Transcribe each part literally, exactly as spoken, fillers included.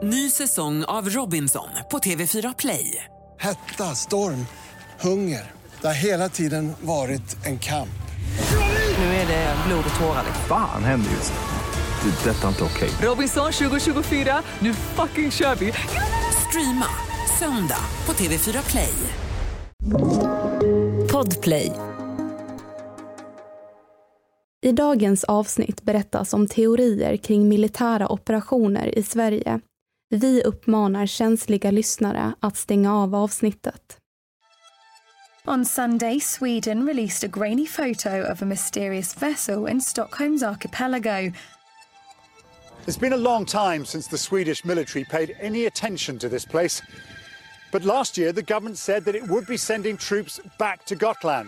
Ny säsong av Robinson på T V fyra Play. Hetta, storm, hunger. Det har hela tiden varit en kamp. Nu är det blod och tårar. Fan händer just nu. Det. Detta är inte okej. Robinson tjugo tjugofyra, nu fucking kör vi. Streama söndag på T V fyra Play. Podplay. I dagens avsnitt berättas om teorier kring militära operationer i Sverige. Vi uppmanar känsliga lyssnare att stänga av avsnittet. On Sunday, Sweden released a grainy photo of a mysterious vessel in Stockholm's archipelago. It's been a long time since the Swedish military paid any attention to this place. But last year, the government said that it would be sending troops back to Gotland.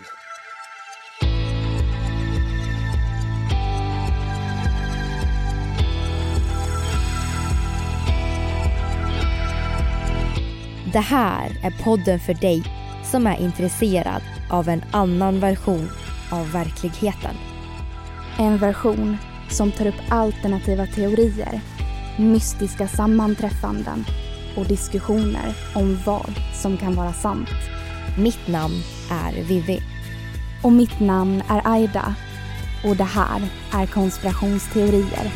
Det här är podden för dig som är intresserad av en annan version av verkligheten. En version som tar upp alternativa teorier, mystiska sammanträffanden och diskussioner om vad som kan vara sant. Mitt namn är Vivi. Och mitt namn är Aida. Och det här är konspirationsteorier.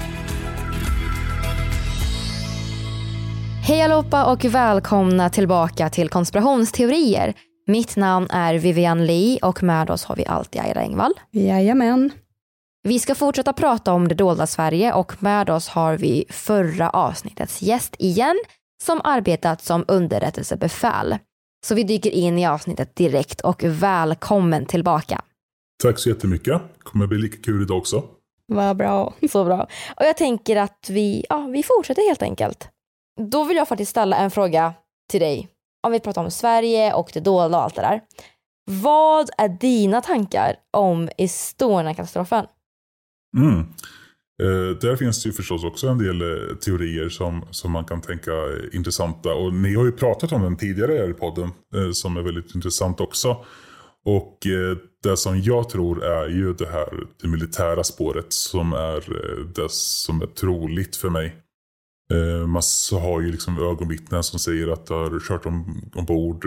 Hej allihopa och välkomna tillbaka till konspirationsteorier. Mitt namn är Vivian Lee och med oss har vi alltid Aida Engvall. Jajamän. Vi ska fortsätta prata om det dolda Sverige och med oss har vi förra avsnittets gäst igen som arbetat som underrättelsebefäl. Så vi dyker in i avsnittet direkt och välkommen tillbaka. Tack så jättemycket. Kommer bli lika kul idag också. Vad bra, så bra. Och jag tänker att vi, ja, vi fortsätter helt enkelt. Då vill jag faktiskt ställa en fråga till dig. Om vi pratar om Sverige och det dolda och allt det där. Vad är dina tankar om Estonia-katastrofen? Mm. Eh, där finns det ju förstås också en del eh, teorier som, som man kan tänka är intressanta. Och ni har ju pratat om den tidigare här i podden eh, som är väldigt intressant också. Och eh, det som jag tror är ju det här det militära spåret som är eh, det som är troligt för mig. Eh, man har ju liksom ögonvittnen som säger att det har kört om, ombord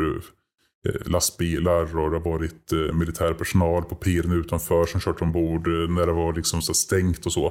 eh, lastbilar och det har varit eh, militär personal på piren utanför som kört ombord eh, när det var liksom så stängt och så.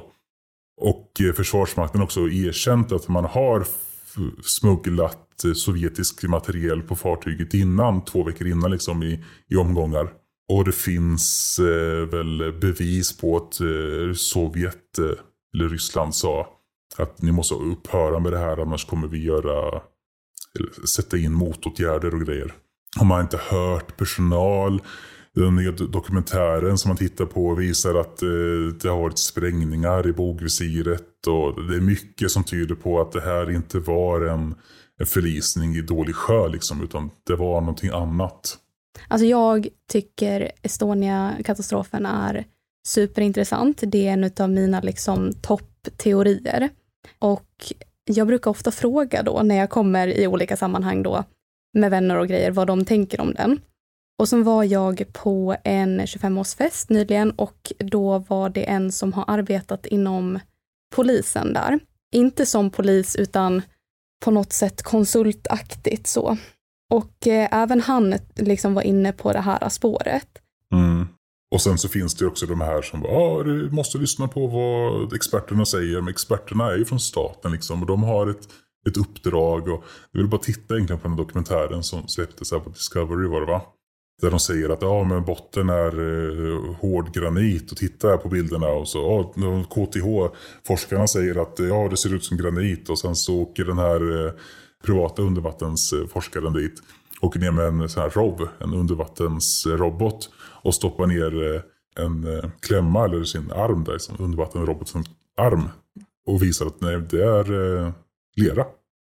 Och eh, Försvarsmakten också erkänt att man har f- smugglat eh, sovjetisk materiel på fartyget innan, två veckor innan liksom i, i omgångar. Och det finns eh, väl bevis på att eh, Sovjet eh, eller Ryssland sa att ni måste upphöra med det här, annars kommer vi göra eller sätta in motåtgärder och grejer. Har man inte hört personal, den nya dokumentären som man tittar på visar att eh, det har varit sprängningar i bogvisiret och det är mycket som tyder på att det här inte var en, en förlisning i dålig sjö liksom, utan det var någonting annat. Alltså jag tycker Estonia-katastrofen är superintressant. Det är en av mina liksom toppteorier. Och jag brukar ofta fråga då när jag kommer i olika sammanhang då med vänner och grejer vad de tänker om den. Och så var jag på en tjugofemårsfest nyligen och då var det en som har arbetat inom polisen där. Inte som polis utan på något sätt konsultaktigt så. Och eh, även han liksom var inne på det här spåret. Mm. Och sen så finns det också de här som ja, ah, du måste lyssna på vad experterna säger. Men experterna är ju från staten liksom. Och de har ett, ett uppdrag. Och jag vill bara titta egentligen på den dokumentären som släpptes här på Discovery var det va? Där de säger att ja, men botten är eh, hård granit. Och titta här på bilderna. Och så ja, K T H-forskarna säger att ja, det ser ut som granit. Och sen så åker den här eh, privata undervattensforskaren dit. Åker ner med en sån här R O V, en undervattensrobot. Och stoppar ner en klämma eller sin arm där, som undervattenrobotens arm. Och visar att nej, det är lera.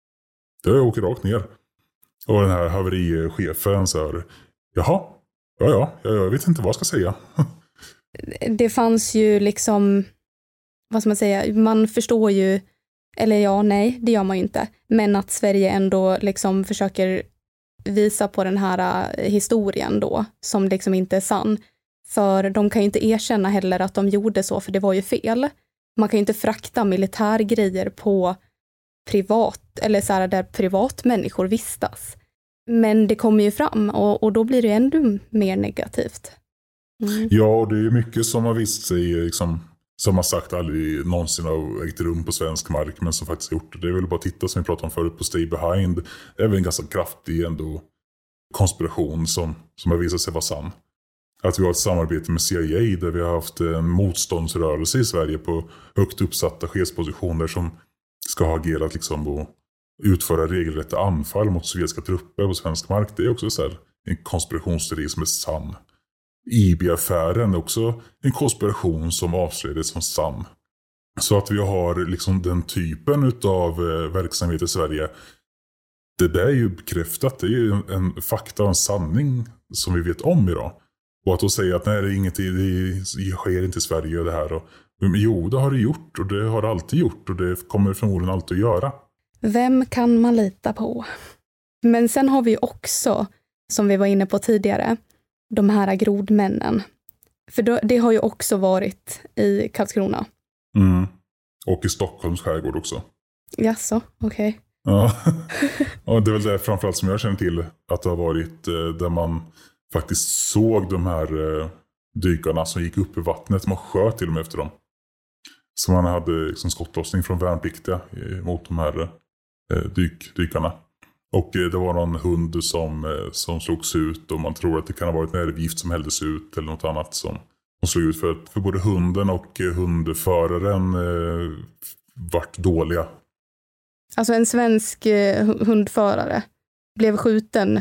Det åker rakt ner. Och den här haverichefen så här, jaha, ja ja, jag vet inte vad jag ska säga. Det fanns ju liksom, vad ska man säga, man förstår ju, eller ja, nej, det gör man ju inte. Men att Sverige ändå liksom försöker visa på den här historien då, som liksom inte är sann. För de kan ju inte erkänna heller att de gjorde så, för det var ju fel. Man kan ju inte frakta militärgrejer på privat, eller så här där privatmänniskor vistas. Men det kommer ju fram och, och då blir det ännu mer negativt. Mm. Ja, och det är mycket som har visat sig liksom, som har sagt aldrig någonsin har ägt rum på svensk mark, men som faktiskt har gjort det. Det är väl bara att titta, som vi pratade om förut, på Stay Behind. Det är väl en ganska kraftig ändå konspiration som, som har visat sig vara sann. Att vi har ett samarbete med C I A där vi har haft en motståndsrörelse i Sverige på högt uppsatta chefspositioner som ska ha agerat liksom och utföra regelrätta anfall mot sovjetiska trupper på svensk mark. Det är också så här en konspirationsteori som är sann. I B-affären är också en konspiration som avslöjades som sann. Så att vi har liksom den typen av verksamhet i Sverige, det där är ju bekräftat. Det är ju en, en fakta och en sanning som vi vet om idag. Och att då säga att nej, det är inget, det sker inte i Sverige och det här. Och, men jo, det har det gjort och det har det alltid gjort och det kommer förmodligen alltid att göra. Vem kan man lita på? Men sen har vi också, som vi var inne på tidigare, de här grodmännen. För då, det har ju också varit i Karlskrona. Mm. Och i Stockholms skärgård också. Jaså, okej. Okay. Ja. Ja, det är väl det framförallt som jag känner till. Att det har varit eh, där man faktiskt såg de här eh, dykarna som gick upp i vattnet. Man sköt till och med efter dem. Så man hade liksom skottlossning från värnpliktiga eh, mot de här eh, dyk, dykarna. Och eh, det var någon hund som, eh, som slogs ut. Och man tror att det kan ha varit nervgift som hälldes ut. Eller något annat som, som slog ut. För, för både hunden och eh, hundföraren eh, vart dåliga. Alltså en svensk eh, hundförare blev skjuten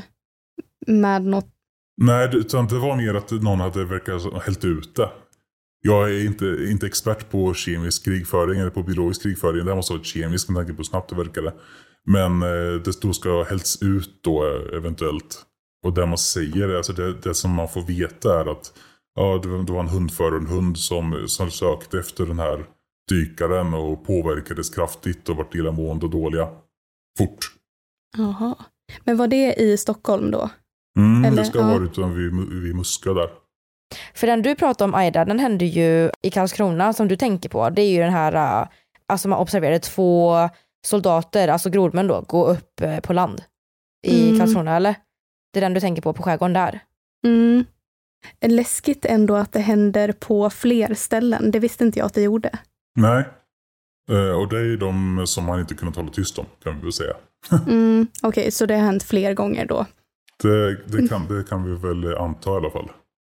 med något? Nej, utan det var mer att någon hade verkat hällt ut det. Jag är inte, inte expert på kemisk krigföring eller på biologisk krigföring. Det här måste vara kemisk med tanke på hur snabbt det verkade. Men eh, det då ska ha hällts ut då eventuellt. Och det man säger, alltså det, det som man får veta är att ja, det, var, det var en hundförare och en hund som, som sökte efter den här dykaren och påverkades kraftigt och vart illamående och dåliga fort. Jaha. Men var det i Stockholm då? Mm, Eller, det ska ja. ha varit utan vid, vid Muskö där. För den du pratar om, Aida, den hände ju i Karlskrona som du tänker på. Det är ju den här, alltså man observerade två soldater, alltså grodmän då, gå upp på land i mm. Karlskrona, eller? Det är den du tänker på, på skärgården där. Mm. Läskigt ändå att det händer på fler ställen. Det visste inte jag att det gjorde. Nej, och det är ju de som man inte kunnat hålla tyst om, kan vi väl säga. mm, Okej, okay, så det har hänt fler gånger då? Det, det, kan, det kan vi väl anta i alla fall.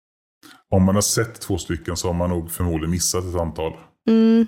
Om man har sett två stycken så har man nog förmodligen missat ett antal. Mm.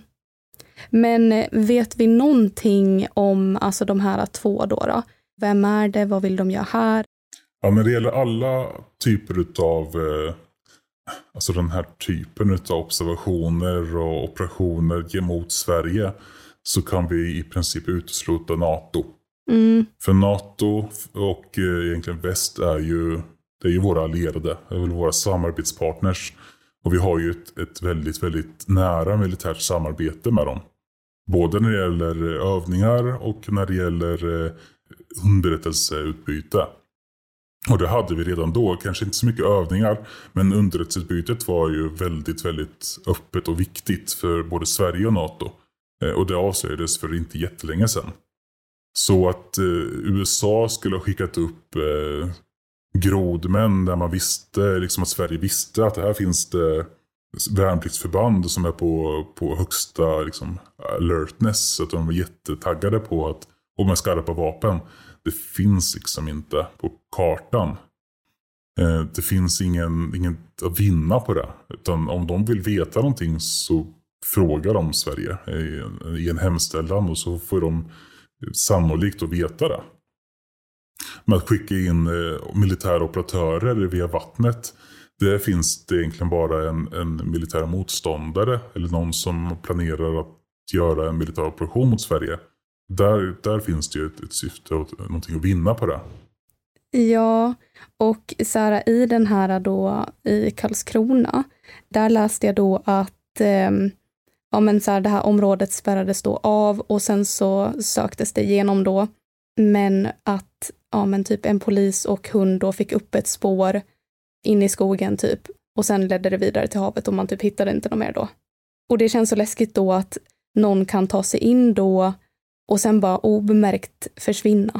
Men vet vi någonting om alltså de här två då, då? Vem är det? Vad vill de göra här? Ja, när det gäller alla typer av eh, alltså den här typen av observationer och operationer mot Sverige så kan vi i princip utesluta NATO. Mm. För NATO och eh, egentligen väst är ju, det är ju våra allierade, det är väl våra samarbetspartners. Och vi har ju ett, ett väldigt, väldigt nära militärt samarbete med dem. Både när det gäller övningar och när det gäller eh, underrättelseutbyte. Och det hade vi redan då, kanske inte så mycket övningar, men underrättelseutbytet var ju väldigt, väldigt öppet och viktigt för både Sverige och NATO. Eh, och det avslöjades för inte jättelänge sedan. Så att eh, U S A skulle ha skickat upp eh, grodmän där man visste, liksom att Sverige visste att här finns det värnpliktsförband som är på, på högsta liksom, alertness. Så att de var jättetaggade på att, och med skarpa vapen. Det finns liksom inte på kartan. Eh, det finns ingen, ingen att vinna på det. Utan om de vill veta någonting så frågar de Sverige i, i en hemställan och så får de sannolikt att veta det. Med att skicka in eh, militära operatörer via vattnet, det finns det egentligen bara en, en militär motståndare eller någon som planerar att göra en militär operation mot Sverige. Där, där finns det ju ett, ett syfte och någonting att vinna på det. Ja, och så här, i den här då i Karlskrona, där läste jag då att eh, ja, men så här, det här området spärrades då av och sen så söktes det igenom då. Men att ja, men typ en polis och hund då fick upp ett spår in i skogen typ. Och sen ledde det vidare till havet och man typ hittade inte något mer då. Och det känns så läskigt då att någon kan ta sig in då och sen bara obemärkt försvinna.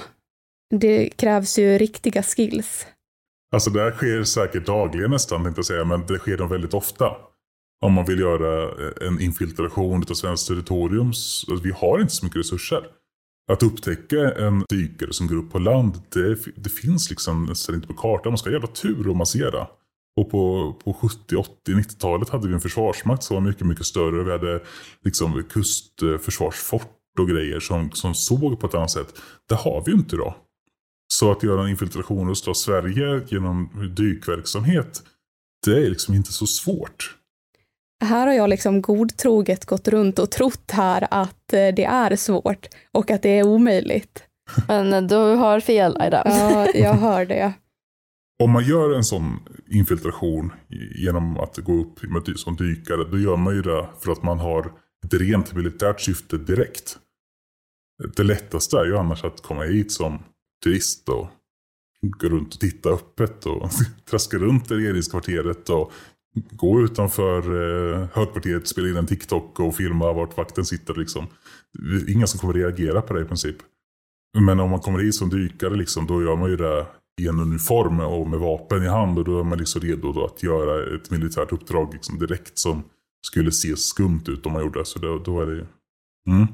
Det krävs ju riktiga skills. Alltså det här sker säkert dagligen nästan, inte säga, men det sker nog väldigt ofta. Om man vill göra en infiltration av svenskt territorium, alltså vi har inte så mycket resurser. Att upptäcka en dykare som går upp på land, det, det finns liksom nästan inte på kartan. Man ska ha jävla tur att massera. Och på, på sjuttio-, åttio-, nittiotalet hade vi en försvarsmakt som var mycket, mycket större. Vi hade liksom kustförsvarsfort och grejer som, som såg på ett annat sätt. Det har vi ju inte idag. Så att göra en infiltration av Sverige genom dykverksamhet, det är liksom inte så svårt. Här har jag liksom godtroget gått runt och trott här att det är svårt och att det är omöjligt. Men du har fel, Aida. Ja, jag hör det. Om man gör en sån infiltration genom att gå upp med som dykare, då gör man ju det för att man har ett rent militärt syfte direkt. Det lättaste är ju annars att komma hit som turist och gå runt och titta öppet och traska runt i regeringskvarteret och gå utanför eh, högkvarteret, spela in en TikTok och filma vart vakten sitter liksom. Ingen som kommer reagera på det i princip. Men om man kommer hit som dykare liksom, då gör man ju det i en uniform och med vapen i hand, och då är man liksom redo då att göra ett militärt uppdrag liksom direkt som skulle se skumt ut om man gjorde det. Så då, då är det ju... Mm.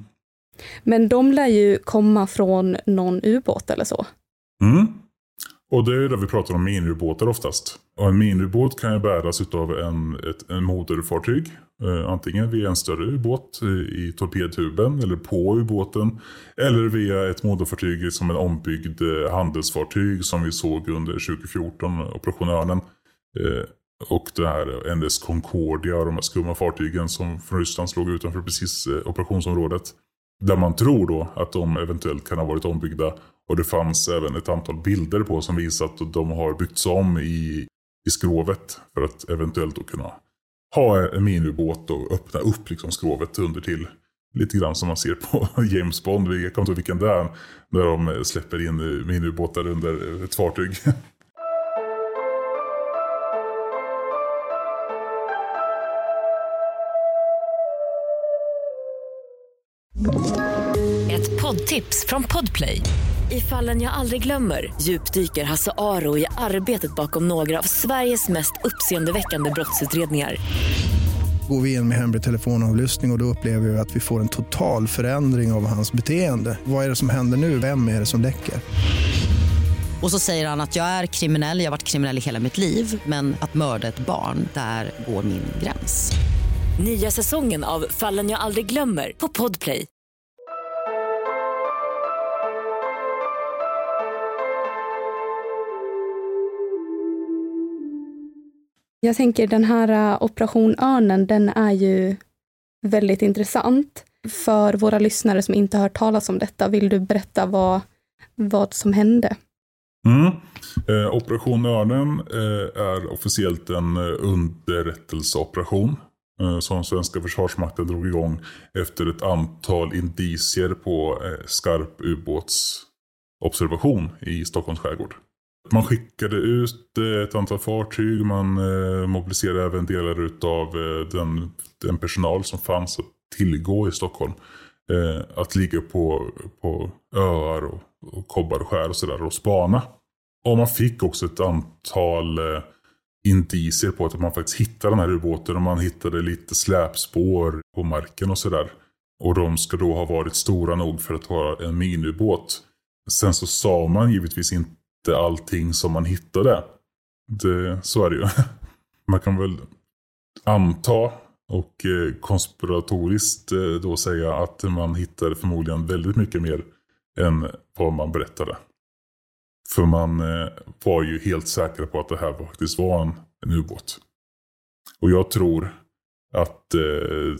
Men de lär ju komma från någon ubåt eller så. Mm. Och det är ju där vi pratar om minubåtar oftast. Och en minubåt kan ju bäras av en, ett en motorfartyg. Eh, antingen via en större ubåt i, i torpedtuben eller på ubåten. Eller via ett motorfartyg som en ombyggd eh, handelsfartyg som vi såg under tjugo fjorton, Operation Örnen. Eh, och det här N S Concordia och de här skumma fartygen som från Ryssland slog utanför precis eh, operationsområdet. Där man tror då att de eventuellt kan ha varit ombyggda. Och det fanns även ett antal bilder på som visar att de har byggts om i, i skrovet. För att eventuellt då kunna ha en minubåt och öppna upp liksom skrovet under till. Lite grann som man ser på James Bond. Jag kommer inte ihåg vilken det är. När de släpper in minubåtar under ett fartyg. Ett poddtips från Podplay. I Fallen jag aldrig glömmer djupdyker Hasse Aro i arbetet bakom några av Sveriges mest uppseendeväckande brottsutredningar. Går vi in med hemlig telefonavlyssning och, och då upplever vi att vi får en total förändring av hans beteende. Vad är det som händer nu? Vem är det som läcker? Och så säger han att jag är kriminell, jag har varit kriminell i hela mitt liv. Men att mörda ett barn, där går min gräns. Nya säsongen av Fallen jag aldrig glömmer på Podplay. Jag tänker den här uh, Operation Örnen, den är ju väldigt intressant. För våra lyssnare som inte har hört talas om detta, vill du berätta vad, vad som hände? Mm. Eh, Operation Örnen eh, är officiellt en eh, underrättelseoperation eh, som svenska försvarsmakten drog igång efter ett antal indicier på eh, skarp ubåtsobservation i Stockholms skärgård. Man skickade ut ett antal fartyg, man eh, mobiliserade även delar av eh, den, den personal som fanns att tillgå i Stockholm. Eh, att ligga på, på öar och, och kobbar och skär och sådär och spana. Och man fick också ett antal eh, indicier på att man faktiskt hittade den här ubåten, och man hittade lite släpspår på marken och sådär. Och de ska då ha varit stora nog för att vara en minubåt. Sen så sa man givetvis inte allting som man hittade. Det, så är det ju. Man kan väl anta och eh, konspiratoriskt eh, då säga att man hittade förmodligen väldigt mycket mer än vad man berättade. För man eh, var ju helt säker på att det här faktiskt var en, en ubåt. Och jag tror att eh,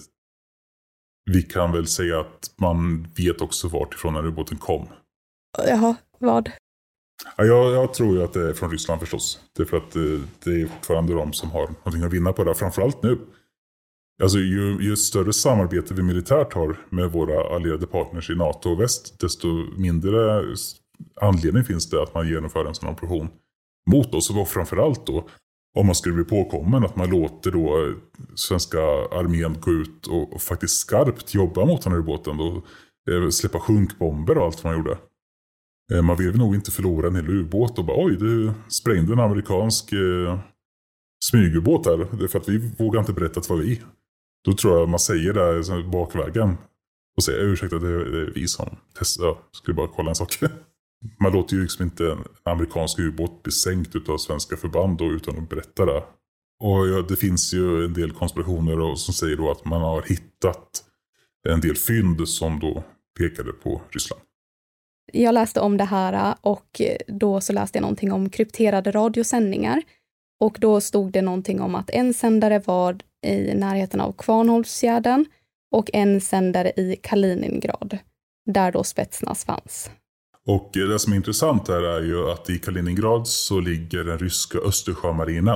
vi kan väl säga att man vet också vart ifrån den ubåten kom. Jaha, vad? Ja, jag, jag tror ju att det är från Ryssland förstås. Det är för att eh, det är fortfarande de som har någonting att vinna på det. Framförallt nu. Alltså ju, ju större samarbete vi militärt har med våra allierade partners i NATO och väst, desto mindre anledning finns det att man genomför en sån operation mot oss. Och framförallt då, om man skulle bli påkommen, att man låter då svenska armén gå ut och, och faktiskt skarpt jobba mot den här ubåten. Då eh, släppa sjunkbomber och allt man gjorde. Eh, man vill nog inte förlora en hel ubåt och bara oj, du sprängde en amerikansk eh, smygubåt här. Det är för att vi vågar inte berätta att det var vi. Då tror jag man säger där bakvägen och säger ursäkta, det är vi som testar. Jag skulle bara kolla en sak. Man låter ju liksom inte en amerikansk ubåt bli sänkt utav svenska förband då, utan att berätta det. Och ja, det finns ju en del konspirationer och, som säger då att man har hittat en del fynd som då pekade på Ryssland. Jag läste om det här och då så läste jag någonting om krypterade radiosändningar. Och då stod det någonting om att en sändare var i närheten av Kvarnholmsfjärden och en sändare i Kaliningrad, där då Spetsnaz fanns. Och det som är intressant här är ju att i Kaliningrad så ligger den ryska Östersjömarinen.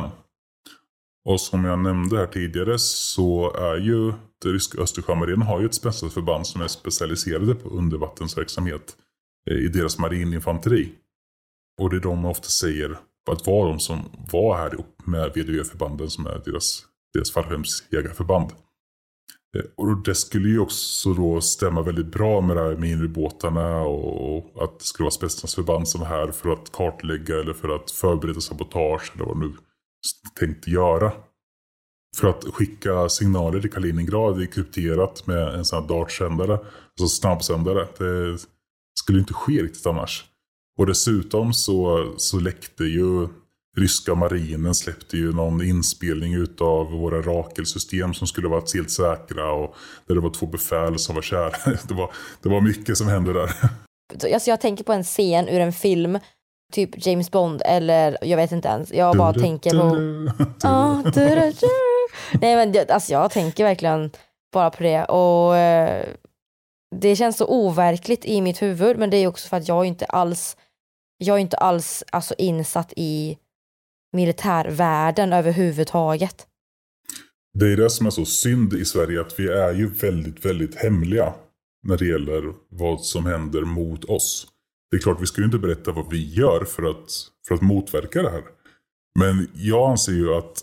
Och som jag nämnde här tidigare så är ju det ryska Östersjömarinen har ju ett Spetsnaz-förband som är specialiserade på undervattensverksamhet i deras marininfanteri. Och det är de ofta säger att var de som var här upp med V D V-förbanden som är deras, deras fallskärmsjägarförband. Och det skulle ju också då stämma väldigt bra med de här minibåtarna och att det skulle vara Spetsnaz-förband som var här för att kartlägga eller för att förbereda sabotage eller vad nu tänkte göra. För att skicka signaler till Kaliningrad är krypterat med en sån här dartsändare, alltså snabbsändare. Det skulle inte ske riktigt annars. Och dessutom så, så läckte ju ryska marinen, släppte ju någon inspelning utav våra Rakel-system som skulle vara helt säkra och där det var två befäl som var kära. Det var, det var mycket som hände där. Alltså jag tänker på en scen ur en film, typ James Bond eller jag vet inte ens. Jag bara du, tänker du, på... Du, ah, du, du, du. Nej men alltså jag tänker verkligen bara på det och eh, det känns så overkligt i mitt huvud, men det är också för att jag är inte alls jag är inte alls alltså insatt i militärvärlden överhuvudtaget. Det är det som är så synd i Sverige, att vi är ju väldigt, väldigt hemliga när det gäller vad som händer mot oss. Det är klart, vi ska ju inte berätta vad vi gör för att, för att motverka det här. Men jag anser ju att,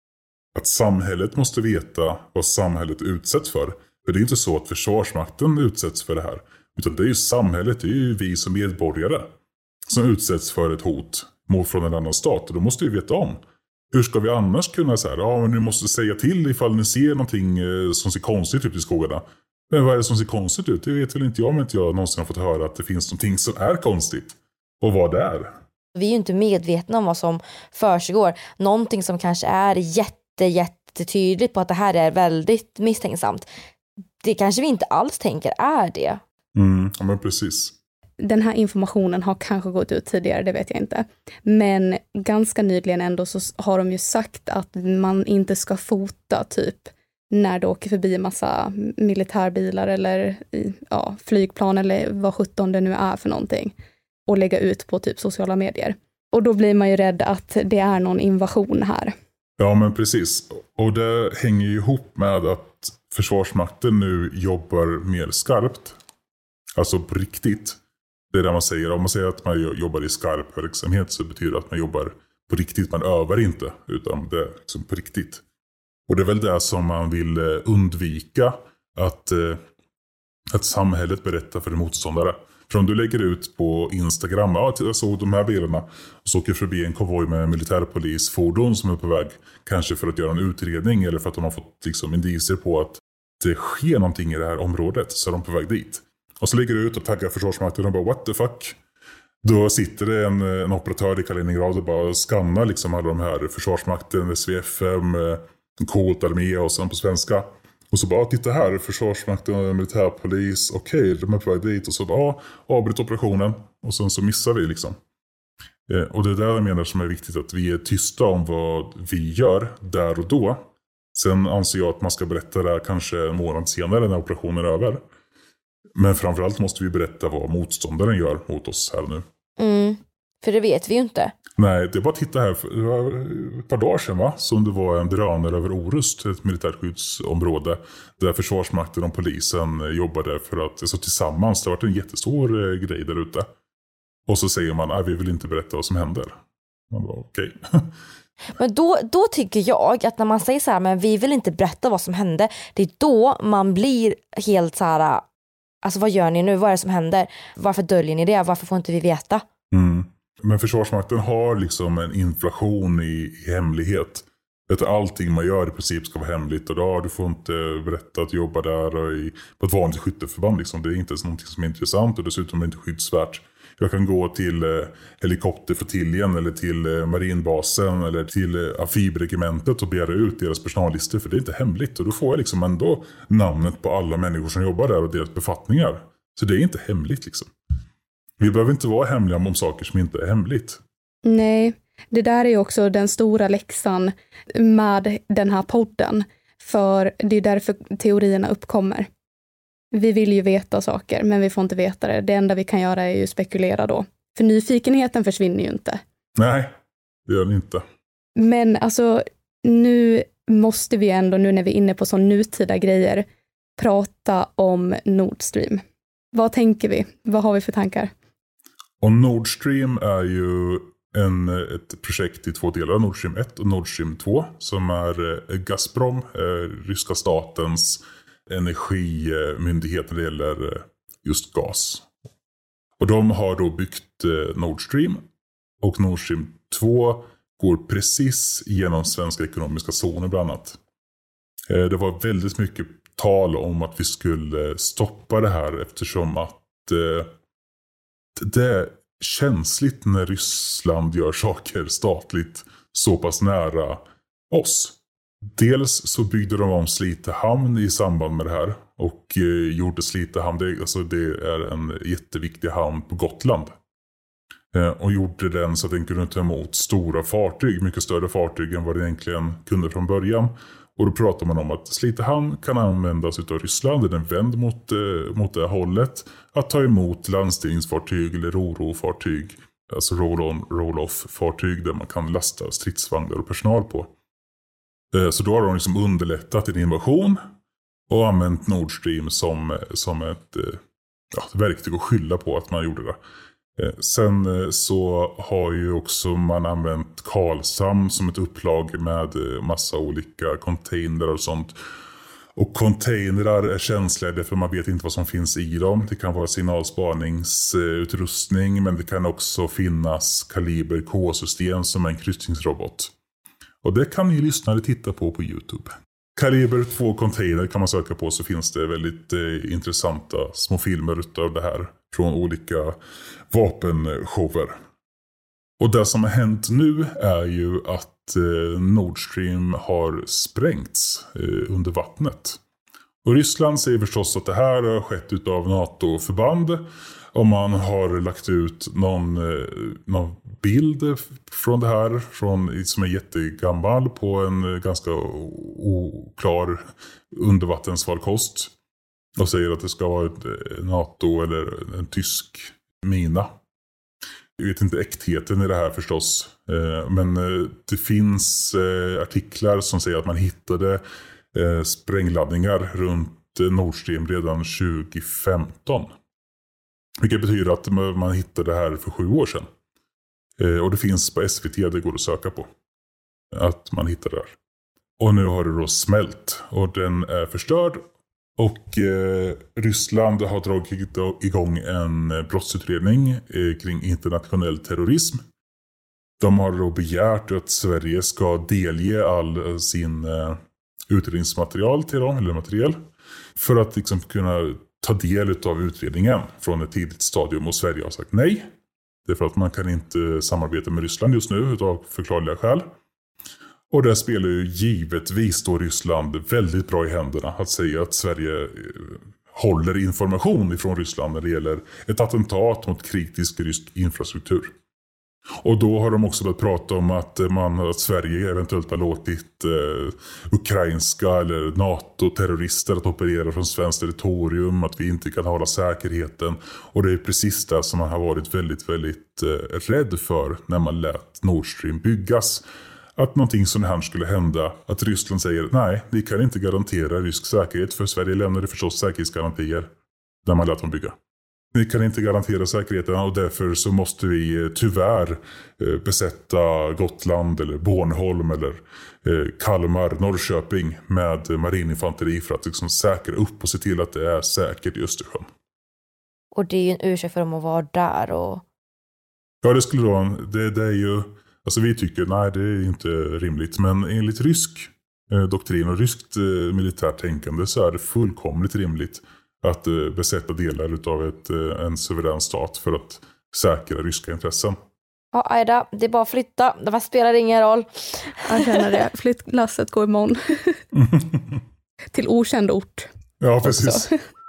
att samhället måste veta vad samhället utsätts för. För det är inte så att Försvarsmakten utsätts för det här. Utan det är ju samhället, det är ju vi som medborgare som utsätts för ett hot mot från en annan stat. Och då måste vi veta om. Hur ska vi annars kunna säga, ja men ni måste säga till ifall ni ser någonting eh, som ser konstigt ut i skogarna. Men vad är det som ser konstigt ut? Det vet väl inte jag om inte jag någonsin har fått höra att det finns någonting som är konstigt. Och vad det är. Vi är ju inte medvetna om vad som försiggår. Någonting som kanske är jätte, jättetydligt på att det här är väldigt misstänksamt. Det kanske vi inte alls tänker är det. Mm, ja men precis. Den här informationen har kanske gått ut tidigare, det vet jag inte. Men ganska nyligen ändå så har de ju sagt att man inte ska fota typ när det åker förbi en massa militärbilar eller ja, flygplan eller vad sjutton det nu är för någonting. Och lägga ut på typ sociala medier. Och då blir man ju rädd att det är någon invasion här. Ja men precis. Och det hänger ju ihop med att Försvarsmakten nu jobbar mer skarpt. Alltså på riktigt. Det är det man säger. Om man säger att man jobbar i skarp verksamhet så betyder det att man jobbar på riktigt. Man övar inte, utan det är liksom på riktigt. Och det är väl det som man vill undvika. Att, att samhället berättar för en motståndare. För om du lägger ut på Instagram, ja jag såg de här bilarna. Och så åker förbi en konvoj med militärpolisfordon som är på väg. Kanske för att göra en utredning eller för att de har fått liksom indicier på att det sker någonting i det här området. Så är de på väg dit. Och så ligger du ut och taggar Försvarsmakten och bara what the fuck. Då sitter det en, en operatör i Kaliningrad och bara skannar liksom alla de här Försvarsmakten, S V F M, Coolt armé och sen på svenska. Och så bara titta här, Försvarsmakten, militärpolis, okej, okay, de är på väg dit. Och så bara avbryt operationen och sen så missar vi liksom. Eh, och det är där jag menar som är viktigt, att vi är tysta om vad vi gör där och då. Sen anser jag att man ska berätta det här kanske en månad senare när operationen är över. Men framförallt måste vi berätta vad motståndaren gör mot oss här nu. Mm, för det vet vi ju inte. Nej, det var att titta här. Det var ett par dagar sedan va? Som det var en drönare över Orust, ett militärskyddsområde. Där Försvarsmakten och polisen jobbade för att, alltså tillsammans, det har varit en jättestor grej där ute. Och så säger man, nej vi vill inte berätta vad som händer. Man bara, okej. Okay. Men då, då tycker jag att när man säger så här, men vi vill inte berätta vad som hände. Det är då man blir helt så här Alltså vad gör ni nu? Vad är det som händer? Varför döljer ni det? Varför får inte vi veta? Mm. Men Försvarsmakten har liksom en inflation i, i hemlighet. Att allting man gör i princip ska vara hemligt. Och då, du får inte berätta att jobba där och i, på ett vanligt skytteförband. Liksom. Det är inte någonting som är intressant och dessutom är det inte skyddsvärt. Jag kan gå till eh, helikopterflottiljen eller till eh, marinbasen eller till eh, amfibregementet och begära ut deras personallistor, för det är inte hemligt. Och då får jag liksom ändå namnet på alla människor som jobbar där och deras befattningar. Så det är inte hemligt liksom. Vi behöver inte vara hemliga om saker som inte är hemligt. Nej, det där är ju också den stora läxan med den här podden. För det är därför teorierna uppkommer. Vi vill ju veta saker, men vi får inte veta det. Det enda vi kan göra är ju spekulera då. För nyfikenheten försvinner ju inte. Nej, det gör den inte. Men alltså, nu måste vi ändå, nu när vi är inne på så nutida grejer, prata om Nord Stream. Vad tänker vi? Vad har vi för tankar? Och Nord Stream är ju en, ett projekt i två delar, Nord Stream ett och Nord Stream två, som är Gazprom, eh, ryska statens energimyndighet när det gäller just gas. Och de har då byggt Nord Stream, och Nord Stream två går precis genom svenska ekonomiska zoner bland annat. Det var väldigt mycket tal om att vi skulle stoppa det här eftersom att det är känsligt när Ryssland gör saker statligt så pass nära oss. Dels så byggde de om Slite hamn i samband med det här och eh, gjorde Slite hamn, det, alltså det är en jätteviktig hamn på Gotland. Eh, och gjorde den så att den kunde ta emot stora fartyg, mycket större fartyg än vad den egentligen kunde från början. Och då pratar man om att Slite hamn kan användas av Ryssland, den vänd mot, eh, mot det hållet, att ta emot landstigningsfartyg eller ro-ro-fartyg, alltså roll-on, roll-off-fartyg där man kan lasta stridsvagnar och personal på. Så då har de liksom underlättat en invasion och använt Nord Stream som, som ett, ja, ett verktyg att skylla på att man gjorde det. Sen så har ju också man använt Karlshamn som ett upplag med massa olika containrar och sånt. Och containrar är känsliga för man vet inte vad som finns i dem. Det kan vara signalspaningsutrustning, men det kan också finnas Kaliber K-system som är en kryssningsrobot. Och det kan ni lyssnare titta på på YouTube. Kaliber två container kan man söka på, så finns det väldigt eh, intressanta små filmer utav det här från olika vapenshower. Och det som har hänt nu är ju att eh, Nord Stream har sprängts eh, under vattnet. Och Ryssland säger förstås att det här har skett utav NATO-förband. Om man har lagt ut någon, någon bild från det här från, som är jättegammal på en ganska oklar undervattensfarkost och säger att det ska vara ett NATO eller en tysk mina. Jag vet inte äktheten i det här förstås, men det finns artiklar som säger att man hittade sprängladdningar runt Nord Stream redan tjugo femton. Vilket betyder att man hittade det här för sju år sedan. Eh, och det finns på S V T, det går att söka på. Att man hittar det där. Och nu har det då smält. Och den är förstörd. Och eh, Ryssland har dragit igång en brottsutredning eh, kring internationell terrorism. De har då begärt att Sverige ska delge all sin eh, utredningsmaterial till dem, eller material. För att liksom kunna ta del av utredningen från ett tidigt stadium, och Sverige har sagt nej. Det är för att man kan inte samarbeta med Ryssland just nu av förklarliga skäl. Och där spelar ju givetvis då Ryssland väldigt bra i händerna att säga att Sverige håller information ifrån Ryssland när det gäller ett attentat mot kritisk rysk infrastruktur. Och då har de också börjat prata om att, man, att Sverige eventuellt har låtit eh, ukrainska eller NATO-terrorister att operera från svenskt territorium, att vi inte kan hålla säkerheten. Och det är precis det som man har varit väldigt, väldigt eh, rädd för när man lät Nord Stream byggas. Att någonting sånt här skulle hända, att Ryssland säger nej, vi kan inte garantera rysk säkerhet, för Sverige lämnade förstås säkerhetsgarantier när man lät dem bygga. Ni kan inte garantera säkerheten, och därför så måste vi tyvärr besätta Gotland eller Bornholm eller Kalmar, Norrköping med marininfanteri för att liksom säkra upp och se till att det är säkert i Östersjön. Och det är ju en ursäkt för dem att vara där. Och... Ja, det skulle vara, det, det är ju, alltså vi tycker, nej det är inte rimligt. Men enligt rysk eh, doktrin och ryskt eh, militärt tänkande så är det fullkomligt rimligt att eh, besätta delar av ett, eh, en suverän stat för att säkra ryska intressen. Ja, Aida, det är bara att flytta. Det här spelar ingen roll. Jag känner det. Flyttlasset går imorgon. Till okänd ort. Ja, precis.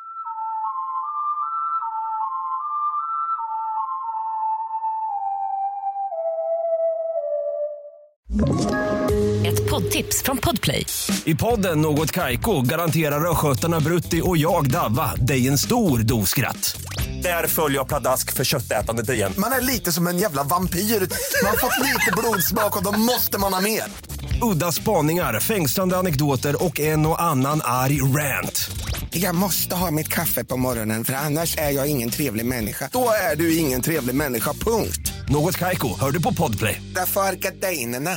Ett poddtips från Podplay. I podden Något Kaiko garanterar röskötarna Brutti och jag Davva dig en stor doskratt. Där följer jag pladask för köttätandet igen. Man är lite som en jävla vampyr. Man har fått lite blodsmak och då måste man ha mer. Udda spaningar, fängslande anekdoter och en och annan arg rant. Jag måste ha mitt kaffe på morgonen för annars är jag ingen trevlig människa. Då är du ingen trevlig människa, punkt. Något Kaiko, hör du på Podplay. Därför är gardinerna.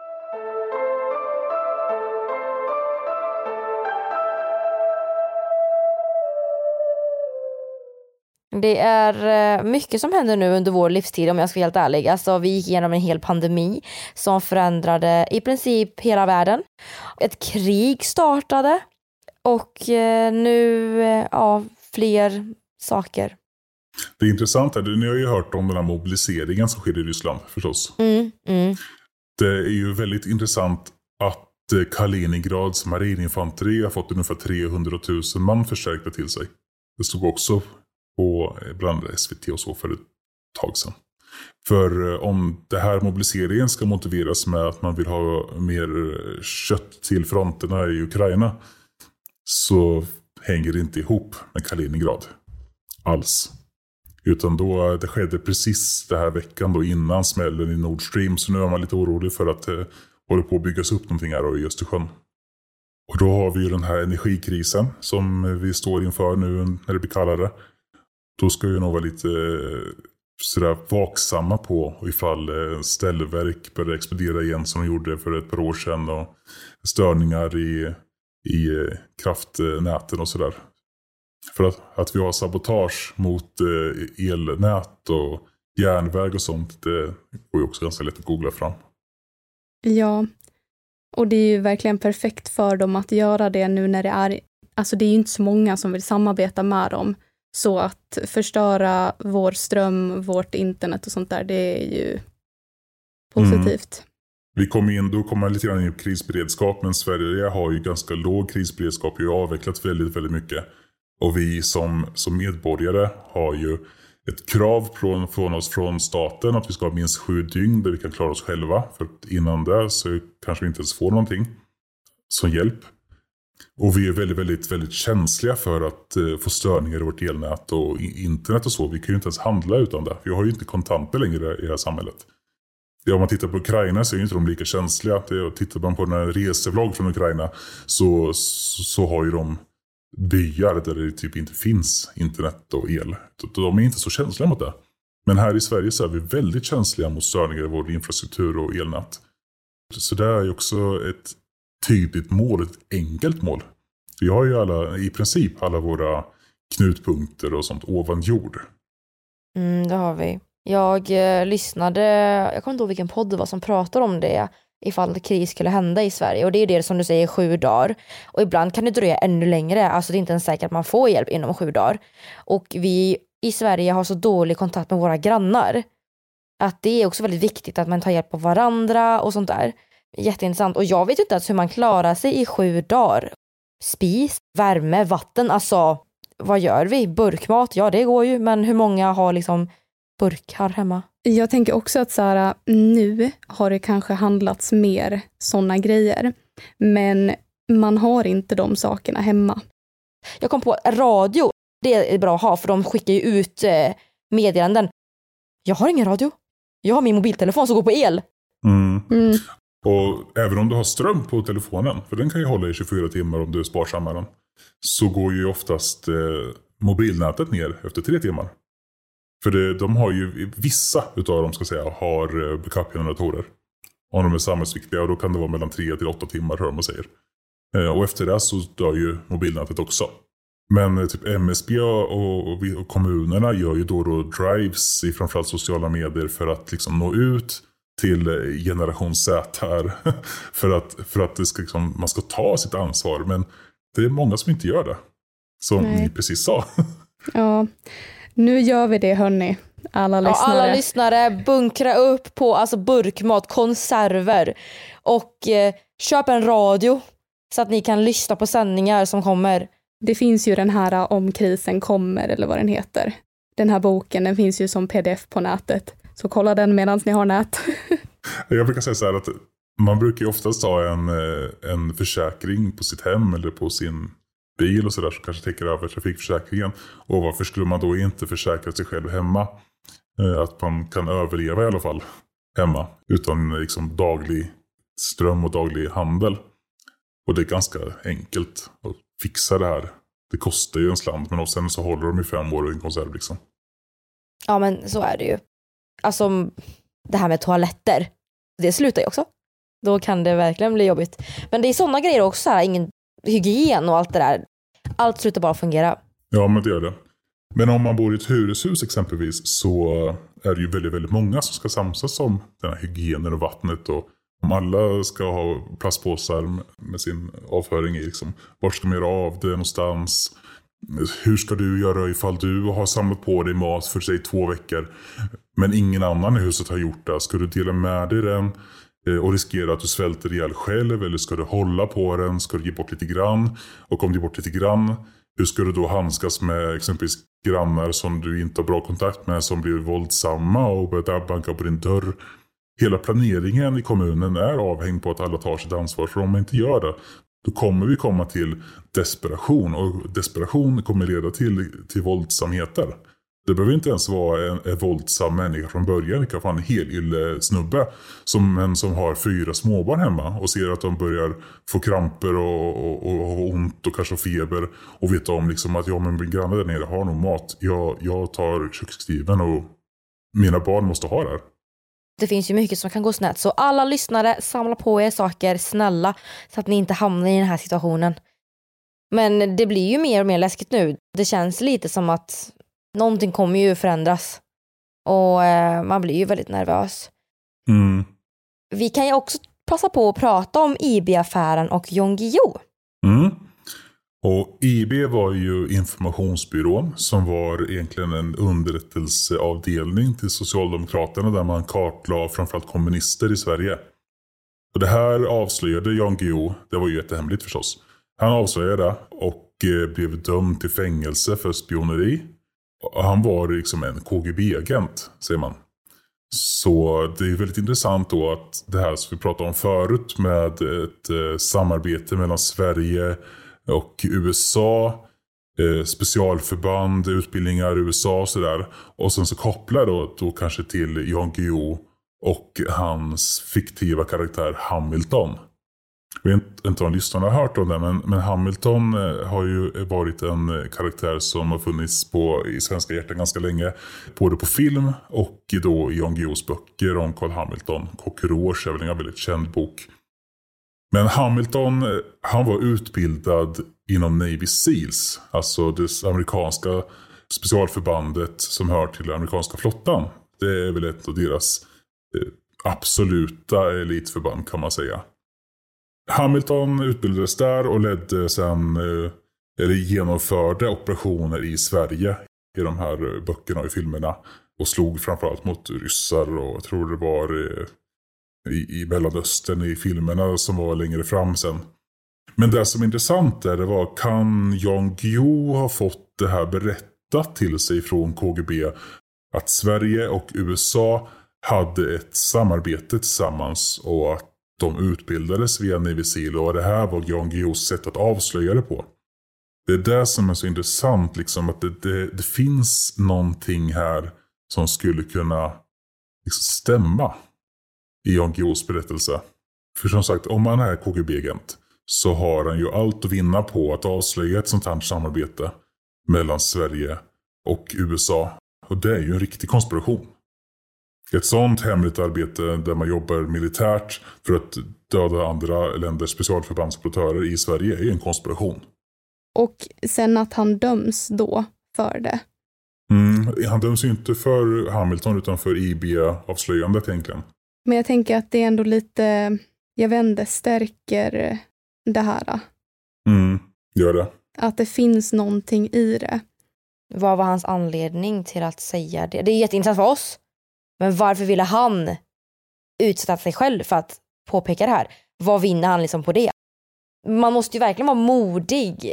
Det är mycket som händer nu under vår livstid, om jag ska vara helt ärlig. Alltså, vi gick igenom en hel pandemi som förändrade i princip hela världen. Ett krig startade och nu, ja, fler saker. Det är intressant här, ni har ju hört om den här mobiliseringen som sker i Ryssland förstås. Mm, mm. Det är ju väldigt intressant att Kaliningrads marininfanteri har fått ungefär trehundratusen man förstärkta till sig. Det stod också på bland S V T och så för ett tag sedan. För om det här mobiliseringen ska motiveras med att man vill ha mer kött till fronterna i Ukraina, så hänger det inte ihop med Kaliningrad alls. Utan då, det skedde precis det här veckan då innan smällen i Nord Stream, så nu är man lite orolig för att det håller på att byggas upp någonting här i Östersjön. Och då har vi ju den här energikrisen som vi står inför nu när det blir kallare. Då ska vi nog vara lite sådär vaksamma på ifall ställverk börjar explodera igen som de gjorde för ett par år sedan, och störningar i, i kraftnäten och sådär. För att, att vi har sabotage mot elnät och järnväg och sånt, det går ju också ganska lätt att googla fram. Ja, och det är ju verkligen perfekt för dem att göra det nu när det är, alltså det är ju inte så många som vill samarbeta med dem. Så att förstöra vår ström, vårt internet och sånt där, det är ju positivt. Mm. Vi kommer in, då kommer man lite grann in på krisberedskap, men Sverige har ju ganska låg krisberedskap, vi har avvecklat väldigt, väldigt mycket. Och vi som, som medborgare har ju ett krav från, från oss från staten att vi ska ha minst sju dygn där vi kan klara oss själva. För innan det så kanske vi inte ens får någonting som hjälp. Och vi är väldigt, väldigt, väldigt känsliga för att uh, få störningar i vårt elnät och internet och så. Vi kan ju inte ens handla utan det. Vi har ju inte kontanter längre i det här samhället. Ja, om man tittar på Ukraina så är ju inte de lika känsliga. Det, tittar man på den här resevlogg från Ukraina så, så, så har ju de byar där det typ inte finns internet och el. De är inte så känsliga mot det. Men här i Sverige så är vi väldigt känsliga mot störningar i vår infrastruktur och elnät. Så det är ju också ett tydligt mål, ett enkelt mål. Vi har ju alla, i princip alla våra knutpunkter och sånt ovan jord. Mm, det har vi. Jag eh, lyssnade, jag kommer inte ihåg vilken podd det var som pratade om det, ifall kris skulle hända i Sverige. Och det är det som du säger, sju dagar. Och ibland kan det dröja ännu längre. Alltså det är inte ens säkert att man får hjälp inom sju dagar. Och vi i Sverige har så dålig kontakt med våra grannar att det är också väldigt viktigt att man tar hjälp av varandra och sånt där. Jätteintressant. Och jag vet inte ens hur man klarar sig i sju dagar. Spis, värme, vatten. Alltså, vad gör vi? Burkmat, ja det går ju. Men hur många har liksom burkar hemma? Jag tänker också att så här, nu har det kanske handlats mer sådana grejer. Men man har inte de sakerna hemma. Jag kom på radio. Det är bra att ha för de skickar ju ut eh, meddelanden. Jag har ingen radio. Jag har min mobiltelefon som går på el. Mm. Mm. Och även om du har ström på telefonen, för den kan ju hålla i tjugofyra timmar om du är sparsam med den, så går ju oftast eh, mobilnätet ner efter tre timmar. För det, de har ju, vissa utav dem ska säga, har backup-generatorer. Om de är samhällsviktiga, och då kan det vara mellan tre till åtta timmar, hör man säger. Eh, och efter det så dör ju mobilnätet också. Men typ M S B och, och, och kommunerna gör ju då, då drives i framförallt sociala medier för att liksom nå ut till generation Z här. för att, för att det ska, liksom, man ska ta sitt ansvar. Men det är många som inte gör det. Som Nej. ni precis sa. Ja, nu gör vi det hörni. Alla lyssnare. Ja, alla lyssnare, bunkra upp på alltså burkmat, konserver och eh, köp en radio så att ni kan lyssna på sändningar som kommer. Det finns ju den här Om krisen kommer eller vad den heter. Den här boken, den finns ju som pdf på nätet. Så kolla den medan ni har nät. Jag brukar säga så här att man brukar ju oftast ha en, en försäkring på sitt hem eller på sin bil och sådär som kanske täcker över trafikförsäkringen. Och varför skulle man då inte försäkra sig själv hemma? Att man kan överleva i alla fall hemma utan liksom daglig ström och daglig handel. Och det är ganska enkelt att fixa det här. Det kostar ju en slant, men och sen så håller de i fem år i en konserv liksom. Ja, men så är det ju. Alltså det här med toaletter, det slutar ju också. Då kan det verkligen bli jobbigt. Men det är sådana grejer också här, ingen hygien och allt det där. Allt slutar bara fungera. Ja, men det gör det. Men om man bor i ett hyreshus exempelvis så är det ju väldigt, väldigt många som ska samsas om den här hygienen och vattnet. Och om alla ska ha plastpåsar med sin avföring i liksom, vart ska man göra av det någonstans? Hur ska du göra ifall du har samlat på dig mat för sig två veckor men ingen annan i huset har gjort det? Ska du dela med dig den och riskera att du svälter ihjäl själv, eller ska du hålla på den? Ska du ge bort lite grann? Och om du ger bort lite grann, hur ska du då handskas med exempelvis grannar som du inte har bra kontakt med, som blir våldsamma och börjar banka på din dörr? Hela planeringen i kommunen är avhängd på att alla tar sitt ansvar. För om man inte gör det, då kommer vi komma till desperation. Och desperation kommer leda till, till våldsamheter. Det behöver inte ens vara en, en våldsam människa från början. Det kan vara en helylle snubbe som, en som har fyra småbarn hemma och ser att de börjar få kramper och, och, och, och ont och kanske feber. Och vet om liksom att ja, men min granne där nere har nog mat. Jag, jag tar kökskniven och mina barn måste ha det här. Det finns ju mycket som kan gå snett. Så alla lyssnare, samla på er saker, snälla, så att ni inte hamnar i den här situationen. Men det blir ju mer och mer läskigt nu. Det känns lite som att någonting kommer ju förändras. Och eh, man blir ju väldigt nervös. Mm. Vi kan ju också passa på att prata om I B-affären och Jan Guillou. Mm. Och I B var ju informationsbyrån som var egentligen en underrättelseavdelning till Socialdemokraterna där man kartlade framförallt kommunister i Sverige. Och det här avslöjade Jan Guillou, det var ju jättehemligt förstås. Han avslöjade och blev dömd till fängelse för spioneri. Och han var liksom en K G B-agent, säger man. Så det är väldigt intressant då att det här som vi pratade om förut med ett eh, samarbete mellan Sverige och U S A, eh, specialförband, utbildningar i U S A och sådär. Och sen så kopplar då, då kanske till Jan Guillou och hans fiktiva karaktär Hamilton. Jag vet inte om lyssnarna har hört om det, men, men Hamilton eh, har ju varit en karaktär som har funnits på, i svenska hjärtan ganska länge. Både på film och då i Jan Guillous böcker om Carl Hamilton. Cockroach är väl en väldigt känd bok. Men Hamilton, han var utbildad inom Navy Seals. Alltså det amerikanska specialförbandet som hör till den amerikanska flottan. Det är väl ett av deras eh, absoluta elitförband kan man säga. Hamilton utbildades där och ledde sen, eller genomförde operationer i Sverige i de här böckerna och i filmerna. Och slog framförallt mot ryssar och jag tror det var i, i Mellanöstern i filmerna som var längre fram sen. Men det som är intressant är det var, kan Jan Guillou ha fått det här berättat till sig från K G B att Sverige och U S A hade ett samarbete tillsammans och att de utbildades via Navy Seal och det här var Jan Guillous sätt att avslöja det på. Det är det som är så intressant, liksom, att det, det, det finns någonting här som skulle kunna liksom stämma i Jan Guillous berättelse. För som sagt, om man är K G B-agent så har han ju allt att vinna på att avslöja ett sånt här samarbete mellan Sverige och U S A. Och det är ju en riktig konspiration. Ett sånt hemligt arbete där man jobbar militärt för att döda andra länders specialförbandsoperatörer i Sverige är en konspiration. Och sen att han döms då för det. Mm, han döms ju inte för Hamilton utan för I B-avslöjandet egentligen. Men jag tänker att det är ändå lite, jag vet inte, stärker det här. Mm, gör det. Att det finns någonting i det. Vad var hans anledning till att säga det? Det är jätteintressant för oss. Men varför ville han utsätta sig själv för att påpeka det här? Vad vinner han liksom på det? Man måste ju verkligen vara modig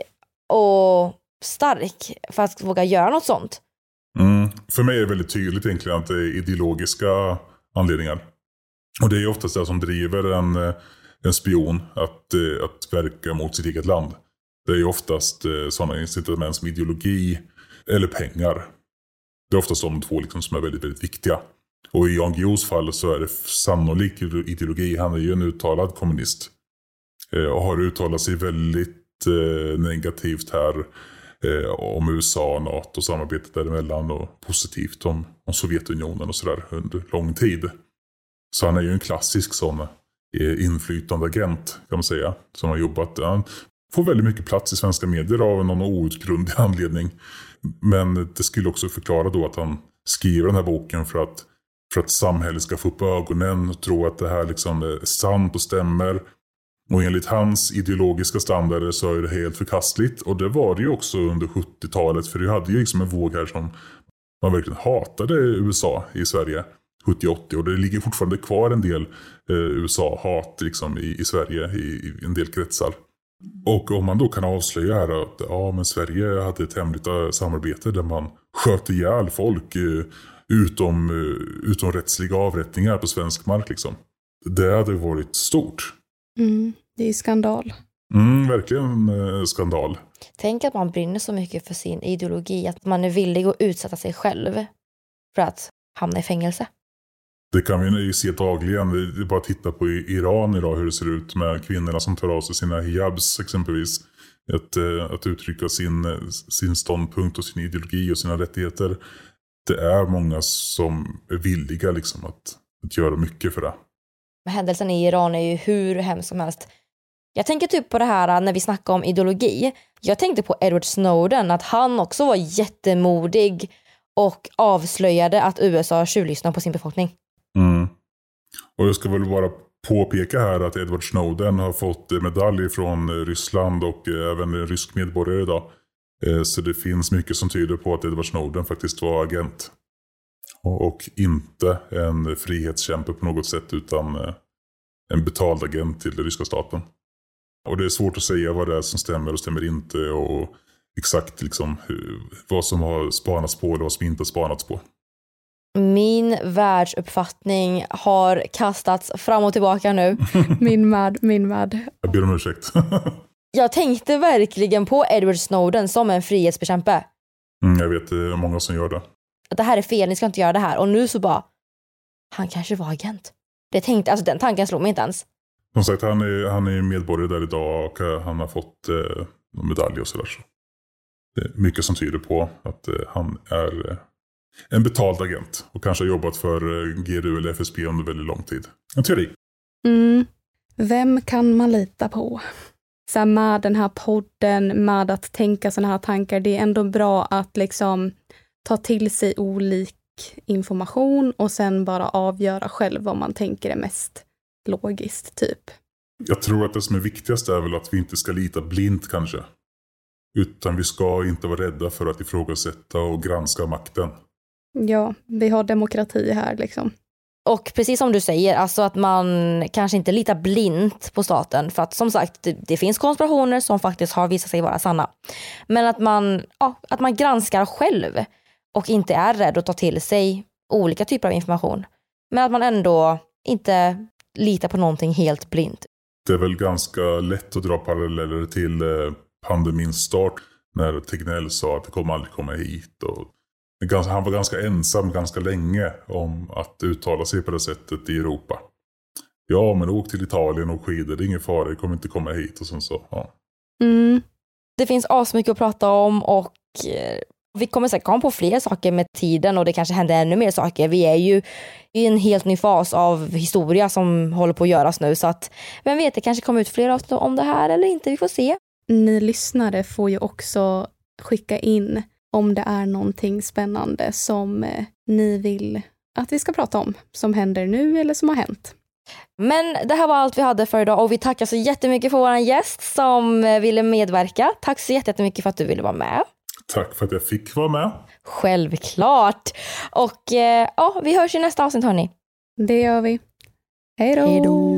och stark för att våga göra något sånt. Mm. För mig är det väldigt tydligt egentligen att det är ideologiska anledningar. Och det är ju oftast det som driver en, en spion att, att verka mot sitt eget land. Det är ju oftast sådana incitament som ideologi eller pengar. Det är oftast de två liksom som är väldigt, väldigt viktiga. Och i Jan Guillous fall så är det sannolikt ideologi. Han är ju en uttalad kommunist. Och har uttalat sig väldigt eh, negativt här eh, om U S A och NATO och samarbetet däremellan. Och positivt om, om Sovjetunionen och sådär under lång tid. Så han är ju en klassisk sån eh, inflytande agent kan man säga. Som har jobbat. Han får väldigt mycket plats i svenska medier av någon outgrundlig anledning. Men det skulle också förklara då att han skriver den här boken för att, för att samhället ska få upp ögonen och tro att det här liksom är sant och stämmer. Och enligt hans ideologiska standarder så är det helt förkastligt. Och det var det ju också under sjuttiotalet. För det hade ju liksom en våg här som man verkligen hatade U S A i Sverige sjuttio åttio. Och det ligger fortfarande kvar en del eh, U S A-hat liksom, i, i Sverige i, i en del kretsar. Och om man då kan avslöja här att ja, men Sverige hade ett hemligt samarbete där man sköt ihjäl folk eh, utom, eh, utom rättsliga avrättningar på svensk mark liksom. Det hade varit stort. Mm, det är skandal. Mm, verkligen eh, skandal. Tänk att man brinner så mycket för sin ideologi att man är villig att utsätta sig själv för att hamna i fängelse. Det kan vi ju se dagligen. Det är bara att titta på Iran idag hur det ser ut med kvinnorna som tar av sig sina hijabs exempelvis. Att, att uttrycka sin, sin ståndpunkt och sin ideologi och sina rättigheter. Det är många som är villiga liksom att, att göra mycket för det. Händelsen i Iran är ju hur hemskt som helst. Jag tänker typ på det här när vi snackar om ideologi. Jag tänkte på Edward Snowden, att han också var jättemodig och avslöjade att U S A tjuvlyssnar på sin befolkning. Mm. Och jag ska väl bara påpeka här att Edward Snowden har fått medalj från Ryssland och även rysk medborgare idag. Så det finns mycket som tyder på att Edward Snowden faktiskt var agent. Och inte en frihetskämpe på något sätt utan en betald agent till den ryska staten. Och det är svårt att säga vad det är som stämmer och stämmer inte och exakt liksom hur, vad som har spanats på eller vad som inte har spanats på. Min världsuppfattning har kastats fram och tillbaka nu. min med, min med. Jag ber om ursäkt. Jag tänkte verkligen på Edward Snowden som en frihetsbekämpe. Mm, jag vet, det är många som gör det. Att det här är fel, ni ska inte göra det här. Och nu så bara, han kanske var agent. Det tänkte, alltså den tanken slog mig inte ens. Som sagt, han är, han är medborgare där idag och han har fått eh, medalj och sådär. Så. Det är mycket som tyder på att eh, han är eh, en betald agent och kanske har jobbat för eh, G R U eller F S B under väldigt lång tid. En teori. Mm. Vem kan man lita på? Så här med den här podden, med att tänka såna här tankar, det är ändå bra att liksom ta till sig olik information och sen bara avgöra själv vad man tänker är mest logiskt typ. Jag tror att det som är viktigast är väl att vi inte ska lita blint kanske. Utan vi ska inte vara rädda för att ifrågasätta och granska makten. Ja, vi har demokrati här liksom. Och precis som du säger, alltså att man kanske inte litar blint på staten. För att som sagt, det, det finns konspirationer som faktiskt har visat sig vara sanna. Men att man, ja, att man granskar själv och inte är rädd att ta till sig olika typer av information. Men att man ändå inte litar på någonting helt blint. Det är väl ganska lätt att dra paralleller till pandemins start. När Tegnell sa att det kommer aldrig komma hit. Och han var ganska ensam ganska länge om att uttala sig på det sättet i Europa. Ja, men åk till Italien och skidor, det är ingen fara, det kommer inte komma hit och sånt så. Ja. Mm. Det finns asmycket att prata om och eh, vi kommer säkert komma på fler saker med tiden och det kanske händer ännu mer saker. Vi är ju i en helt ny fas av historia som håller på att göras nu så att vem vet, det kanske kommer ut fler avsnitt om det här eller inte, vi får se. ni lyssnare får ju också skicka in om det är någonting spännande som eh, ni vill att vi ska prata om, som händer nu eller som har hänt. Men det här var allt vi hade för idag och vi tackar så jättemycket för våran gäst som ville medverka. Tack så jättemycket för att du ville vara med. Tack för att jag fick vara med. Självklart. Och eh, ja, vi hörs i nästa avsnitt, hörni. Det gör vi. Hej då. Hej då.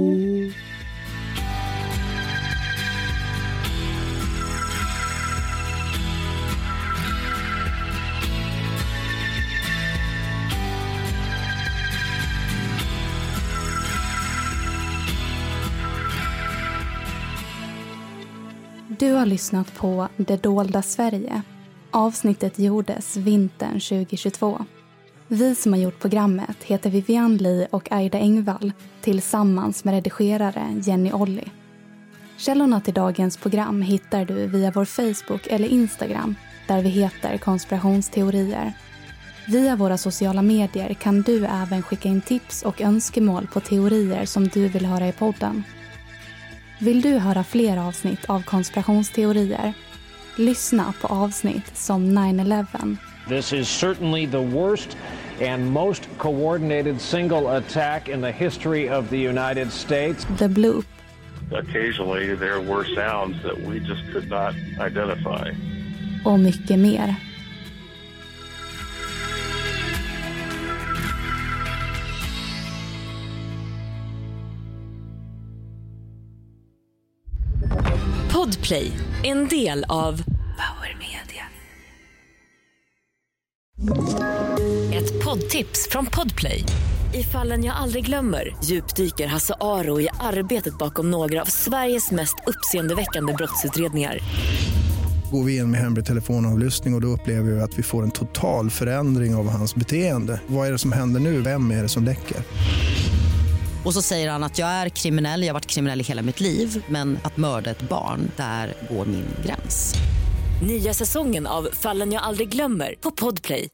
Du har lyssnat på Det dolda Sverige. Avsnittet gjordes vintern tjugohundratjugotvå. Vi som har gjort programmet heter Vivian Lee och Aida Engvall tillsammans med redigerare Jenny Olli. Källorna till dagens program hittar du via vår Facebook eller Instagram där vi heter Konspirationsteorier. Via våra sociala medier kan du även skicka in tips och önskemål på teorier som du vill höra i podden. Vill du höra fler avsnitt av konspirationsteorier? Lyssna på avsnitt som nine eleven. This is certainly the worst and most coordinated single attack in the history of the United States. The Bloop. Occasionally there were sounds that we just could not identify. Och mycket mer. Podplay, en del av Power Media. Ett poddtips från Podplay. I Fallen jag aldrig glömmer djupdyker Hasse Aro i arbetet bakom några av Sveriges mest uppseendeväckande brottsutredningar. Går vi in med hemlig telefonavlyssning och, och då upplever vi att vi får en total förändring av hans beteende. Vad är det som händer nu? Vem är det som läcker? Och så säger han att jag är kriminell, jag har varit kriminell i hela mitt liv. Men att mörda ett barn, där går min gräns. Nya säsongen av Fallen jag aldrig glömmer på Podplay.